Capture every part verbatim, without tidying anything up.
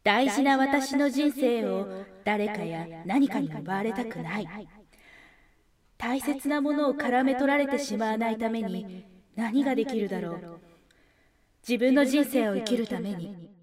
大事な私の人生を誰かや何かに奪われたくない。大切なものを絡め取られてしまわないために何ができるだろう。自分の人生を生きるために。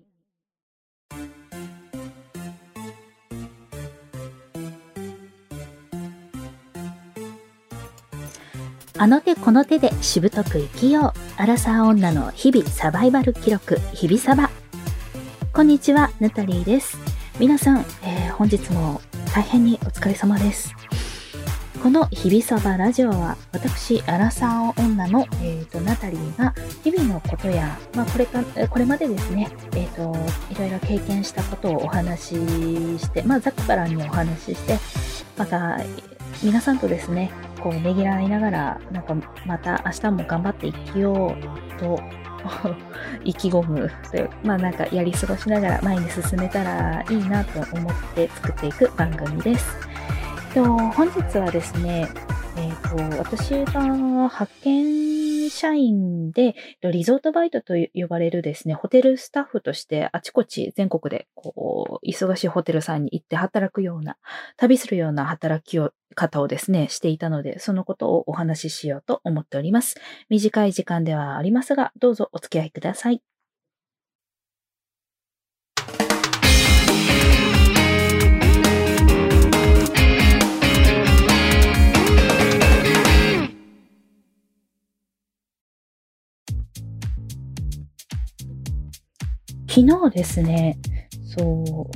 あの手この手でしぶとく生きよう。アラサー女の日々サバイバル記録、日々サバ。こんにちは、ナタリーです。皆さん、えー、本日も大変にお疲れ様です。この日々サバラジオは、私、アラサー女の、えーと、ナタリーが日々のことや、まあ、これか、これまでですね、えーと、いろいろ経験したことをお話しして、まあ、ざっくばらんにお話しして、また、皆さんとですね、こう、ねぎらいながら、なんか、また明日も頑張って生きようと、意気込むという、まあなんかやり過ごしながら前に進めたらいいなと思って作っていく番組です。と本日はですね、えーと、私が派遣社員でリゾートバイトと呼ばれるですね、ホテルスタッフとしてあちこち全国でこう忙しいホテルさんに行って働くような、旅するような働きを方をですね、していたので、そのことをお話ししようと思っております。短い時間ではありますが、どうぞお付き合いください。昨日ですね、そう、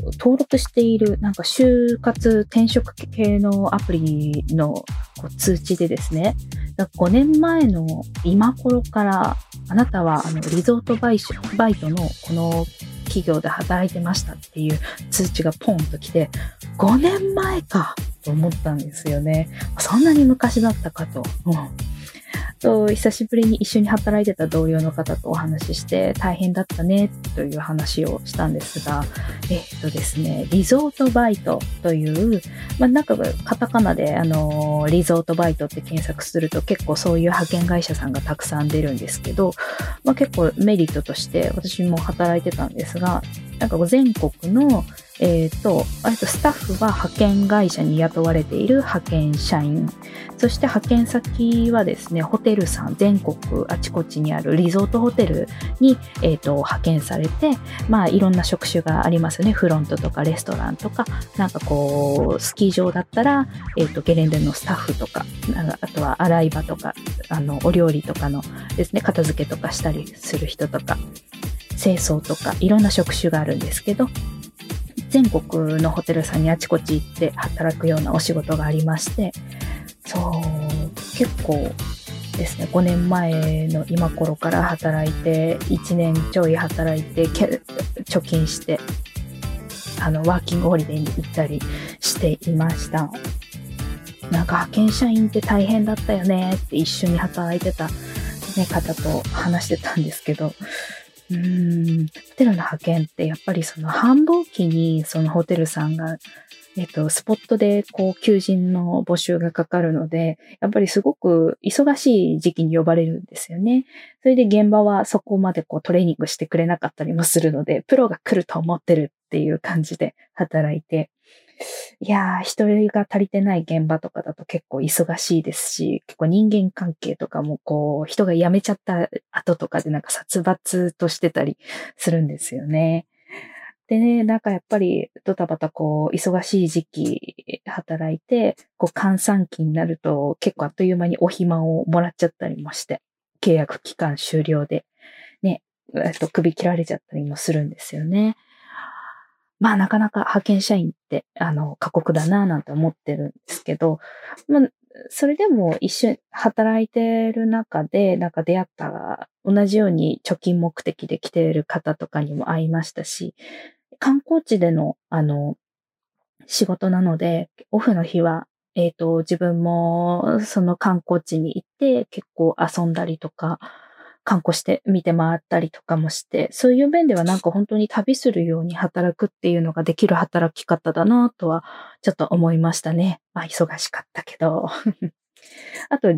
登録している、なんか就活転職系のアプリのこう通知でですね、ごねんまえの今頃からあなたはあのリゾートバイバイトのこの企業で働いてましたっていう通知がポンと来て、ごねんまえかと思ったんですよね。そんなに昔だったかと。うんと久しぶりに一緒に働いてた同僚の方とお話しして大変だったねという話をしたんですが、えっとですね、リゾートバイトという、まあ、なんかカタカナであのリゾートバイトって検索すると結構そういう派遣会社さんがたくさん出るんですけど、まあ、結構メリットとして私も働いてたんですが、なんか全国のえっと、スタッフは派遣会社に雇われている派遣社員。そして派遣先はですね、ホテルさん、全国あちこちにあるリゾートホテルに、えっと、派遣されて、まあ、いろんな職種がありますね。フロントとかレストランとか、なんかこう、スキー場だったら、えっと、ゲレンデのスタッフとか、あとは洗い場とか、あの、お料理とかのですね、片付けとかしたりする人とか、清掃とか、いろんな職種があるんですけど、全国のホテルさんにあちこち行って働くようなお仕事がありまして、そう、結構ですね、ごねんまえの今頃から働いて、いちねんちょい働いて、貯金して、あの、ワーキングホリデーに行ったりしていました。なんか派遣社員って大変だったよねって一緒に働いてた、ね、方と話してたんですけど、うーん、ホテルの派遣ってやっぱりその繁忙期にそのホテルさんが、えっと、スポットでこう求人の募集がかかるので、やっぱりすごく忙しい時期に呼ばれるんですよね。それで現場はそこまでこうトレーニングしてくれなかったりもするので、プロが来ると思ってるっていう感じで働いて、いやー、人が足りてない現場とかだと結構忙しいですし、結構人間関係とかもこう、人が辞めちゃった後とかでなんか殺伐としてたりするんですよね。でね、なんかやっぱりドタバタこう、忙しい時期働いて、こう、閑散期になると結構あっという間にお暇をもらっちゃったりもして、契約期間終了で、ね、えっと、首切られちゃったりもするんですよね。まあなかなか派遣社員って、あの、過酷だなぁなんて思ってるんですけど、まあ、それでも一緒に働いてる中で、なんか出会った同じように貯金目的で来ている方とかにも会いましたし、観光地での、あの、仕事なので、オフの日は、えっと、自分もその観光地に行って結構遊んだりとか、観光して見て回ったりとかもして、そういう面ではなんか本当に旅するように働くっていうのができる働き方だなとはちょっと思いましたね。まあ忙しかったけど。あと、昨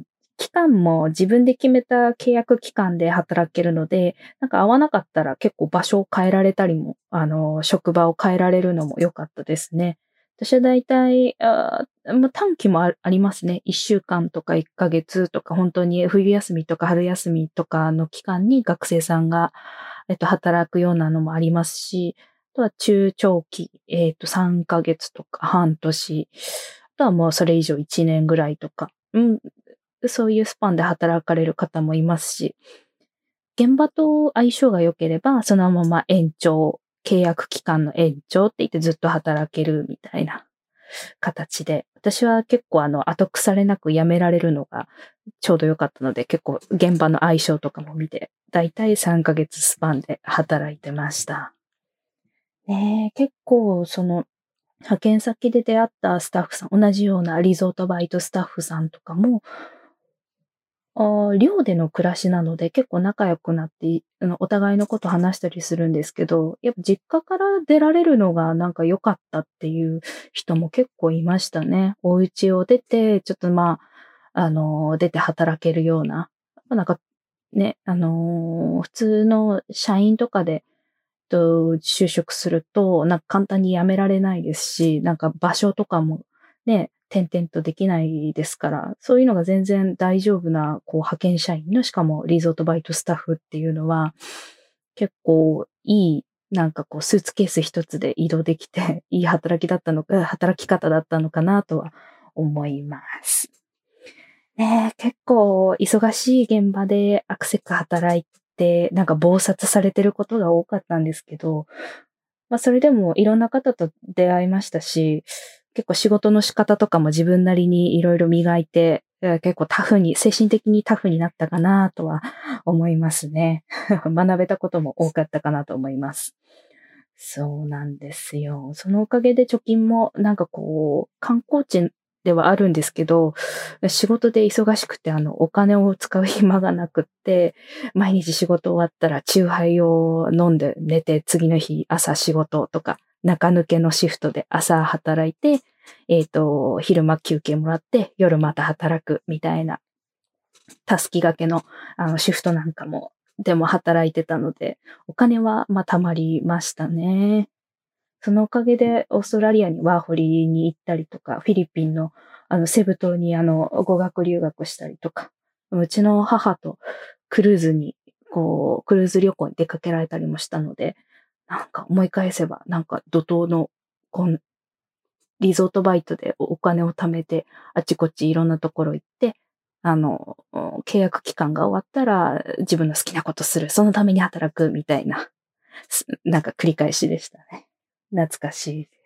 期間も自分で決めた契約期間で働けるので、なんか合わなかったら結構場所を変えられたりも、あの、職場を変えられるのも良かったですね。私はだいたい、あまあ、短期もあありますね。いっしゅうかんとかいっかげつとか、本当に冬休みとか春休みとかの期間に学生さんが、えっと、働くようなのもありますし、あとは中長期、えっと、さんかげつとか半年、あとはもうそれ以上いちねんぐらいとか、うん、そういうスパンで働かれる方もいますし、現場と相性が良ければ、そのまま延長、契約期間の延長って言ってずっと働けるみたいな形で、私は結構あの、後腐れなく辞められるのがちょうど良かったので、結構現場の相性とかも見て、だいたいさんかげつスパンで働いてました。ねえ、結構その、派遣先で出会ったスタッフさん、同じようなリゾートバイトスタッフさんとかも、ああ、寮での暮らしなので結構仲良くなって、あの、お互いのこと話したりするんですけど、やっぱ実家から出られるのがなんか良かったっていう人も結構いましたね。お家を出て、ちょっとまあ、あの、出て働けるような、なんかね、あの、普通の社員とかで、と、就職すると、なんか簡単に辞められないですし、なんか場所とかもね、転々とできないですから、そういうのが全然大丈夫な、こう、派遣社員の、しかもリゾートバイトスタッフっていうのは、結構いい、なんかこう、スーツケース一つで移動できて、いい働きだったのか、働き方だったのかなとは思います。ねえ、結構忙しい現場でアクセク働いて、なんか忙殺されてることが多かったんですけど、まあ、それでもいろんな方と出会いましたし、結構仕事の仕方とかも自分なりにいろいろ磨いて、え、結構タフに、精神的にタフになったかなとは思いますね。学べたことも多かったかなと思います。そうなんですよ。そのおかげで貯金もなんかこう、観光地ではあるんですけど、仕事で忙しくてあの、お金を使う暇がなくって、毎日仕事終わったらチューハイを飲んで寝て、次の日朝仕事とか、中抜けのシフトで朝働いて、えっと、昼間休憩もらって、夜また働くみたいな、たすき掛けのあのシフトなんかも、でも働いてたので、お金はまあ貯まりましたね。そのおかげでオーストラリアにワーホリに行ったりとか、フィリピンのあのセブ島にあの語学留学したりとか、うちの母とクルーズに、こう、クルーズ旅行に出かけられたりもしたので、なんか思い返せば、なんか怒涛の、こんリゾートバイトでお金を貯めて、あちこちいろんなところ行って、あの、契約期間が終わったら自分の好きなことする、そのために働くみたいな、すなんか繰り返しでしたね。懐かしいです。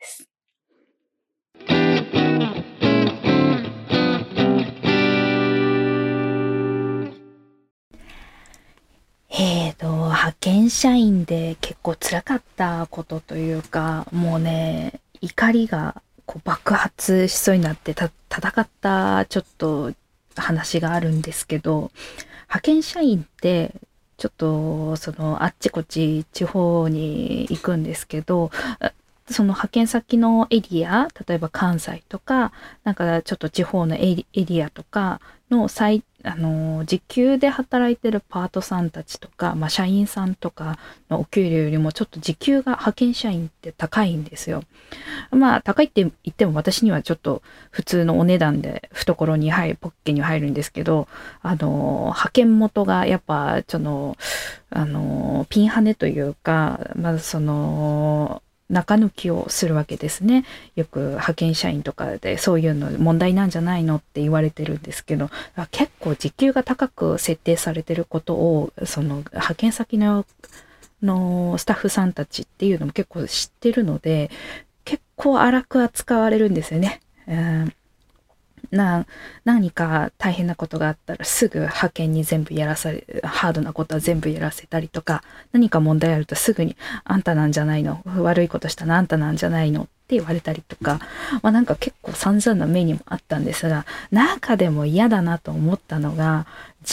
えーと、派遣社員で結構辛かったことというか、もうね、怒りがこう爆発しそうになってた、戦ったちょっと話があるんですけど、派遣社員って、ちょっと、その、あっちこっち地方に行くんですけど、あその派遣先のエリア、例えば関西とか、なんかちょっと地方のエリエリアとかの最、あの、時給で働いてるパートさんたちとか、まあ、社員さんとかのお給料よりもちょっと時給が派遣社員って高いんですよ。まあ、高いって言っても私にはちょっと普通のお値段で懐に入る、ポッケに入るんですけど、あの、派遣元がやっぱ、その、あの、ピンハネというか、まずその、中抜きをするわけですね。よく派遣社員とかでそういうの問題なんじゃないのって言われてるんですけど、結構時給が高く設定されてることを、その派遣先ののスタッフさんたちっていうのも結構知ってるので、結構荒く扱われるんですよね。うんな、何か大変なことがあったらすぐ派遣に全部やらされ、ハードなことは全部やらせたりとか、何か問題あるとすぐにあんたなんじゃないの、悪いことしたのあんたなんじゃないのって言われたりとか、まあなんか結構散々な目にもあったんですが、中でも嫌だなと思ったのが、じ、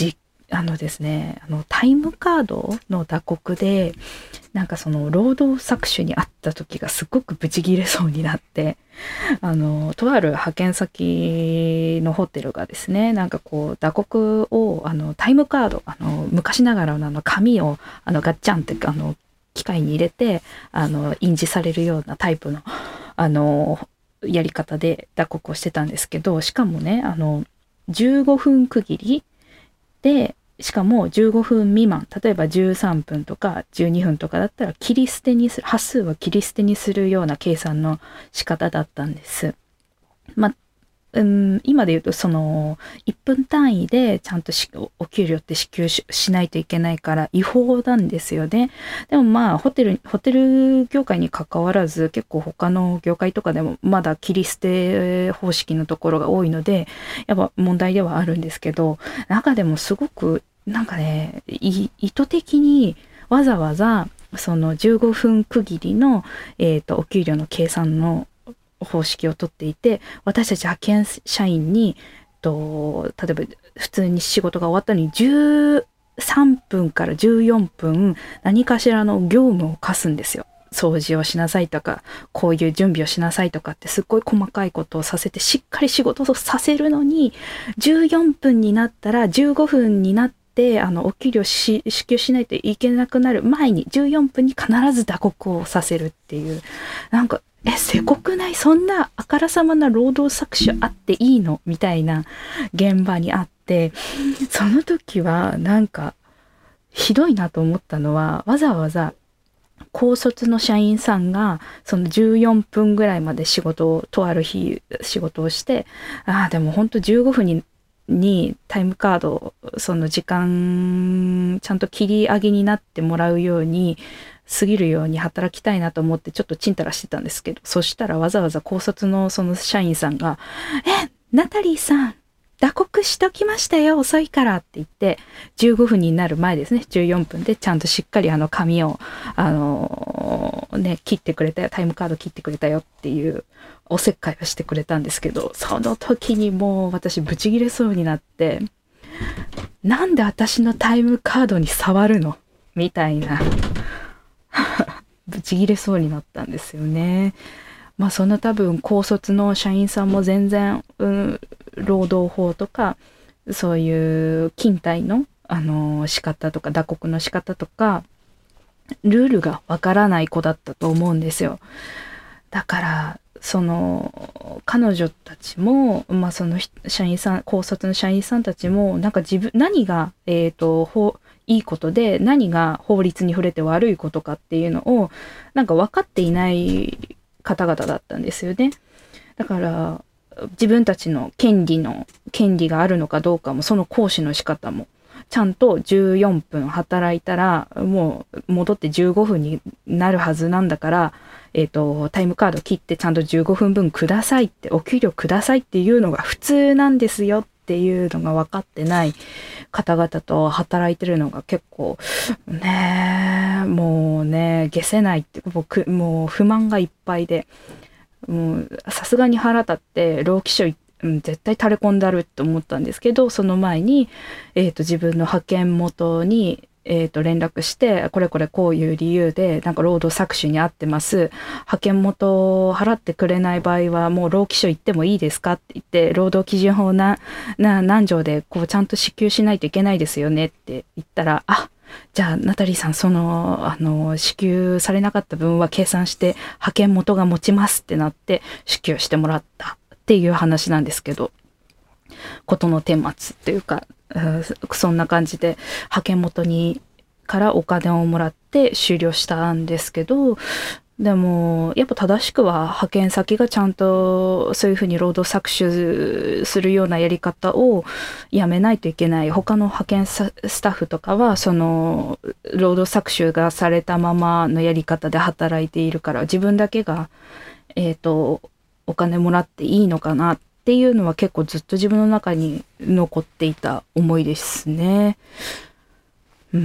あのですね、あのタイムカードの打刻で、なんかその労働搾取にあった時がすごくブチギレそうになって、あの、とある派遣先のホテルがですね、なんかこう打刻を、あの、タイムカード、あの、昔ながらのあの紙を、あの、ガッチャンって、あの、機械に入れて、あの、印字されるようなタイプの、あの、やり方で打刻をしてたんですけど、しかもね、あの、じゅうごふん区切りで、しかもじゅうごふん未満、例えばじゅうさんぷんとかじゅうにふんとかだったら切り捨てにする、端数は切り捨てにするような計算の仕方だったんです。まあ、うん、今で言うとそのいっぷん単位でちゃんとしお給料って支給 し, しないといけないから違法なんですよね。でもまあホテル、ホテル業界に関わらず結構他の業界とかでもまだ切り捨て方式のところが多いので、やっぱ問題ではあるんですけど、中でもすごくなんかね、意図的にわざわざそのじゅうごふん区切りの、えーと、お給料の計算の方式をとっていて、私たち派遣社員にと例えば普通に仕事が終わったのにじゅうさんぷんからじゅうよんぷん何かしらの業務を課すんですよ。掃除をしなさいとか、こういう準備をしなさいとかってすっごい細かいことをさせてしっかり仕事をさせるのに、じゅうよんぷんになったらじゅうごふんになってで、あの、お給料し支給しないといけなくなる前にじゅうよんぷんに必ず打刻をさせるっていう、なんか、え、せこくない？そんなあからさまな労働搾取あっていいの？みたいな現場にあって、その時はなんか、ひどいなと思ったのは、わざわざ高卒の社員さんがそのじゅうよんぷんぐらいまで仕事を、とある日仕事をして、ああ、でもほんとじゅうごふんににタイムカード、その時間ちゃんと切り上げになってもらうように過ぎるように働きたいなと思ってちょっとチンタラしてたんですけど、そしたらわざわざ高卒のその社員さんが、え、ナタリーさん打刻しときましたよ、遅いからって言ってじゅうごふんになる前ですね、じゅうよんぷんでちゃんとしっかりあの紙をあのー、ね切ってくれたよ、タイムカード切ってくれたよっていうおせっかいをしてくれたんですけど、その時にもう私ブチギレそうになって、なんで私のタイムカードに触るのみたいなブチギレそうになったんですよね。まあその多分高卒の社員さんも全然、うん、労働法とかそういう勤怠のあの仕方とか打刻の仕方とかルールがわからない子だったと思うんですよ。だからその彼女たちも、まあ、その社員さん、高卒の社員さんたちもなんか自分何が、えーと、法いいことで何が法律に触れて悪いことかっていうのをなんか分かっていない方々だったんですよね。だから自分たちの権利の権利があるのかどうかも、その行使の仕方もちゃんとじゅうよんぷん働いたらもう戻ってじゅうごふんになるはずなんだから、えっと、タイムカード切ってちゃんとじゅうごふんぶんくださいって、お給料くださいっていうのが普通なんですよっていうのが分かってない方々と働いてるのが結構ね、もうね、解せないって、僕もう不満がいっぱいで、もうさすがに腹立って労基署行って、うん、絶対垂れ込んだるって思ったんですけど、その前に、えーと、自分の派遣元に、えーと、連絡して、これこれこういう理由で、なんか労働搾取に遭ってます。派遣元を払ってくれない場合は、もう労基署行ってもいいですかって言って、労働基準法な、な、何条で、こう、ちゃんと支給しないといけないですよねって言ったら、あ、じゃあ、ナタリーさん、その、あの、支給されなかった分は計算して、派遣元が持ちますってなって、支給してもらったっていう話なんですけど、ことの顛末っていうか、そんな感じで、派遣元にからお金をもらって終了したんですけど、でも、やっぱ正しくは派遣先がちゃんとそういうふうに労働搾取するようなやり方をやめないといけない。他の派遣スタッフとかは、その、労働搾取がされたままのやり方で働いているから、自分だけが、えっと、お金もらっていいのかなっていうのは結構ずっと自分の中に残っていた思いですね。うん。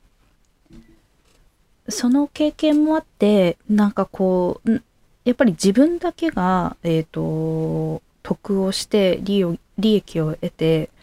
その経験もあって、なんかこう、やっぱり自分だけが、えっと、得をして利を、利益を得て、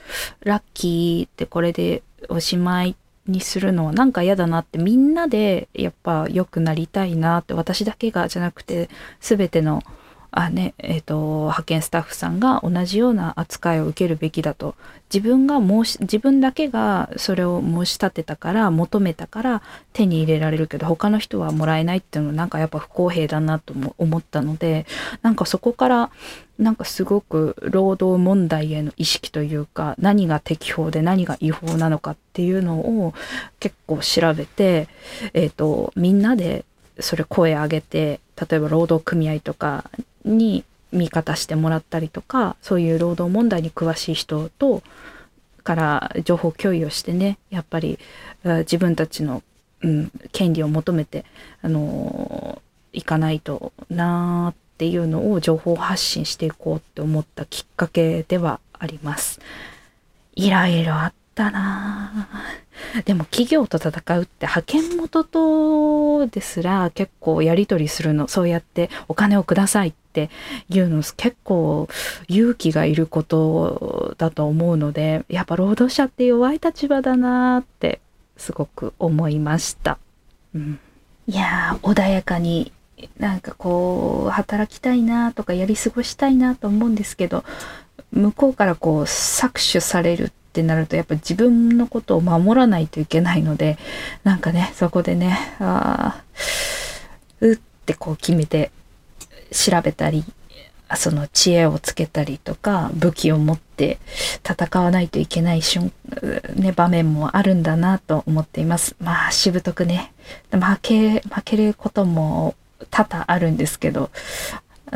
ラッキーってこれでおしまいにするのはなんか嫌だなって、みんなでやっぱ良くなりたいなって、私だけがじゃなくて全てのあねえっ、と派遣スタッフさんが同じような扱いを受けるべきだと。自分が申し自分だけがそれを申し立てたから求めたから手に入れられるけど他の人はもらえないっていうのはなんかやっぱ不公平だなとも思ったので、なんかそこからなんかすごく労働問題への意識というか、何が適法で何が違法なのかっていうのを結構調べて、えっ、とみんなでそれ声上げて、例えば労働組合とかに味方してもらったりとか、そういう労働問題に詳しい人とから情報共有をしてね、やっぱり自分たちの、うん、権利を求めてあのいかないとなーっていうのを情報発信していこうって思ったきっかけではあります。いろいろあったなぁ。でも企業と戦うって派遣元とですら結構やり取りするの、そうやってお金をくださいっていうの結構勇気がいることだと思うので、やっぱ労働者って弱い立場だなーってすごく思いました。うん、いやー、穏やかになんかこう働きたいなとかやり過ごしたいなと思うんですけど、向こうからこう搾取されるってなるとやっぱ自分のことを守らないといけないので、なんかねそこでね、あーうってこう決めて調べたり、その知恵をつけたりとか武器を持って戦わないといけない瞬、ね、場面もあるんだなと思っています。まあしぶとくね、負け負けることも多々あるんですけど、うん、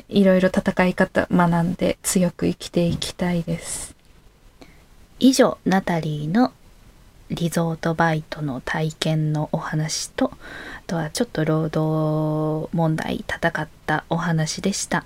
いろいろ戦い方学んで強く生きていきたいです。以上、ナタリーのリゾートバイトの体験のお話と、あとはちょっと労働問題戦ったお話でした。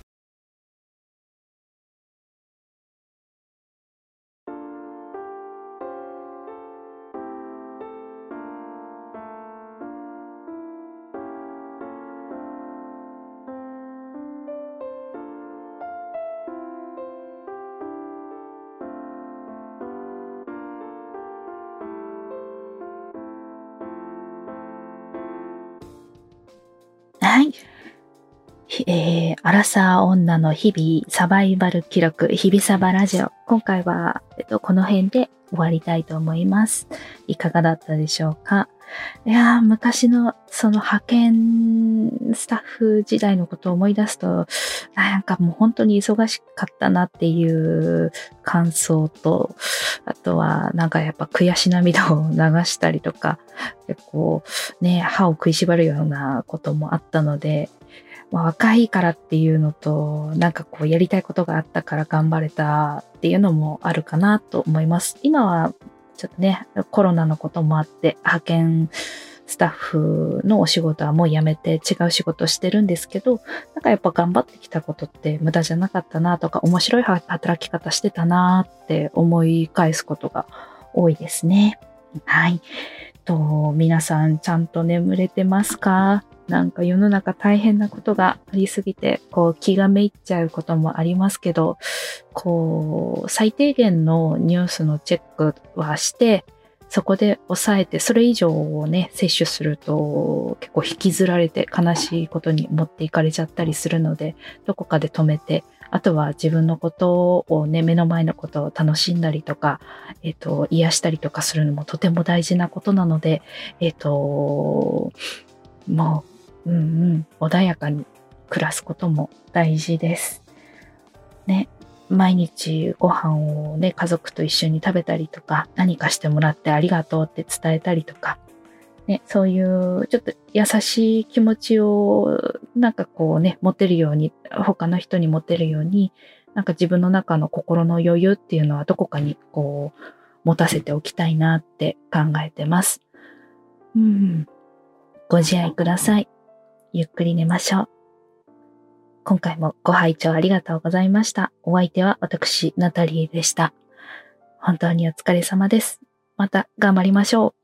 はい。えー、アラサー女の日々サバイバル記録、日々サバラジオ。今回は、えっと、この辺で終わりたいと思います。いかがだったでしょうか。いやー、昔のその派遣スタッフ時代のことを思い出すと、なんかもう本当に忙しかったなっていう感想と、あとはなんかやっぱ悔し涙を流したりとか、結構ね、歯を食いしばるようなこともあったので、まあ、若いからっていうのと、なんかこうやりたいことがあったから頑張れたっていうのもあるかなと思います。今はちょっとね、コロナのこともあって、派遣スタッフのお仕事はもう辞めて違う仕事をしてるんですけど、なんかやっぱ頑張ってきたことって無駄じゃなかったなとか、面白い働き方してたなって思い返すことが多いですね。はい。と、皆さんちゃんと眠れてますか？なんか世の中大変なことがありすぎて、こう気がめいっちゃうこともありますけど、こう最低限のニュースのチェックはして、そこで抑えて、それ以上をね、摂取すると結構引きずられて悲しいことに持っていかれちゃったりするので、どこかで止めて、あとは自分のことをね、目の前のことを楽しんだりとか、えっと、癒したりとかするのもとても大事なことなので、えっと、もう、うんうん、穏やかに暮らすことも大事です。ね、毎日ご飯をね、家族と一緒に食べたりとか、何かしてもらってありがとうって伝えたりとか、ね、そういうちょっと優しい気持ちをなんかこうね、持てるように、他の人に持てるように、なんか自分の中の心の余裕っていうのはどこかにこう持たせておきたいなって考えてます。うん、ご自愛ください。ゆっくり寝ましょう。今回もご拝聴ありがとうございました。お相手は私、ナタリーでした。本当にお疲れ様です。また頑張りましょう。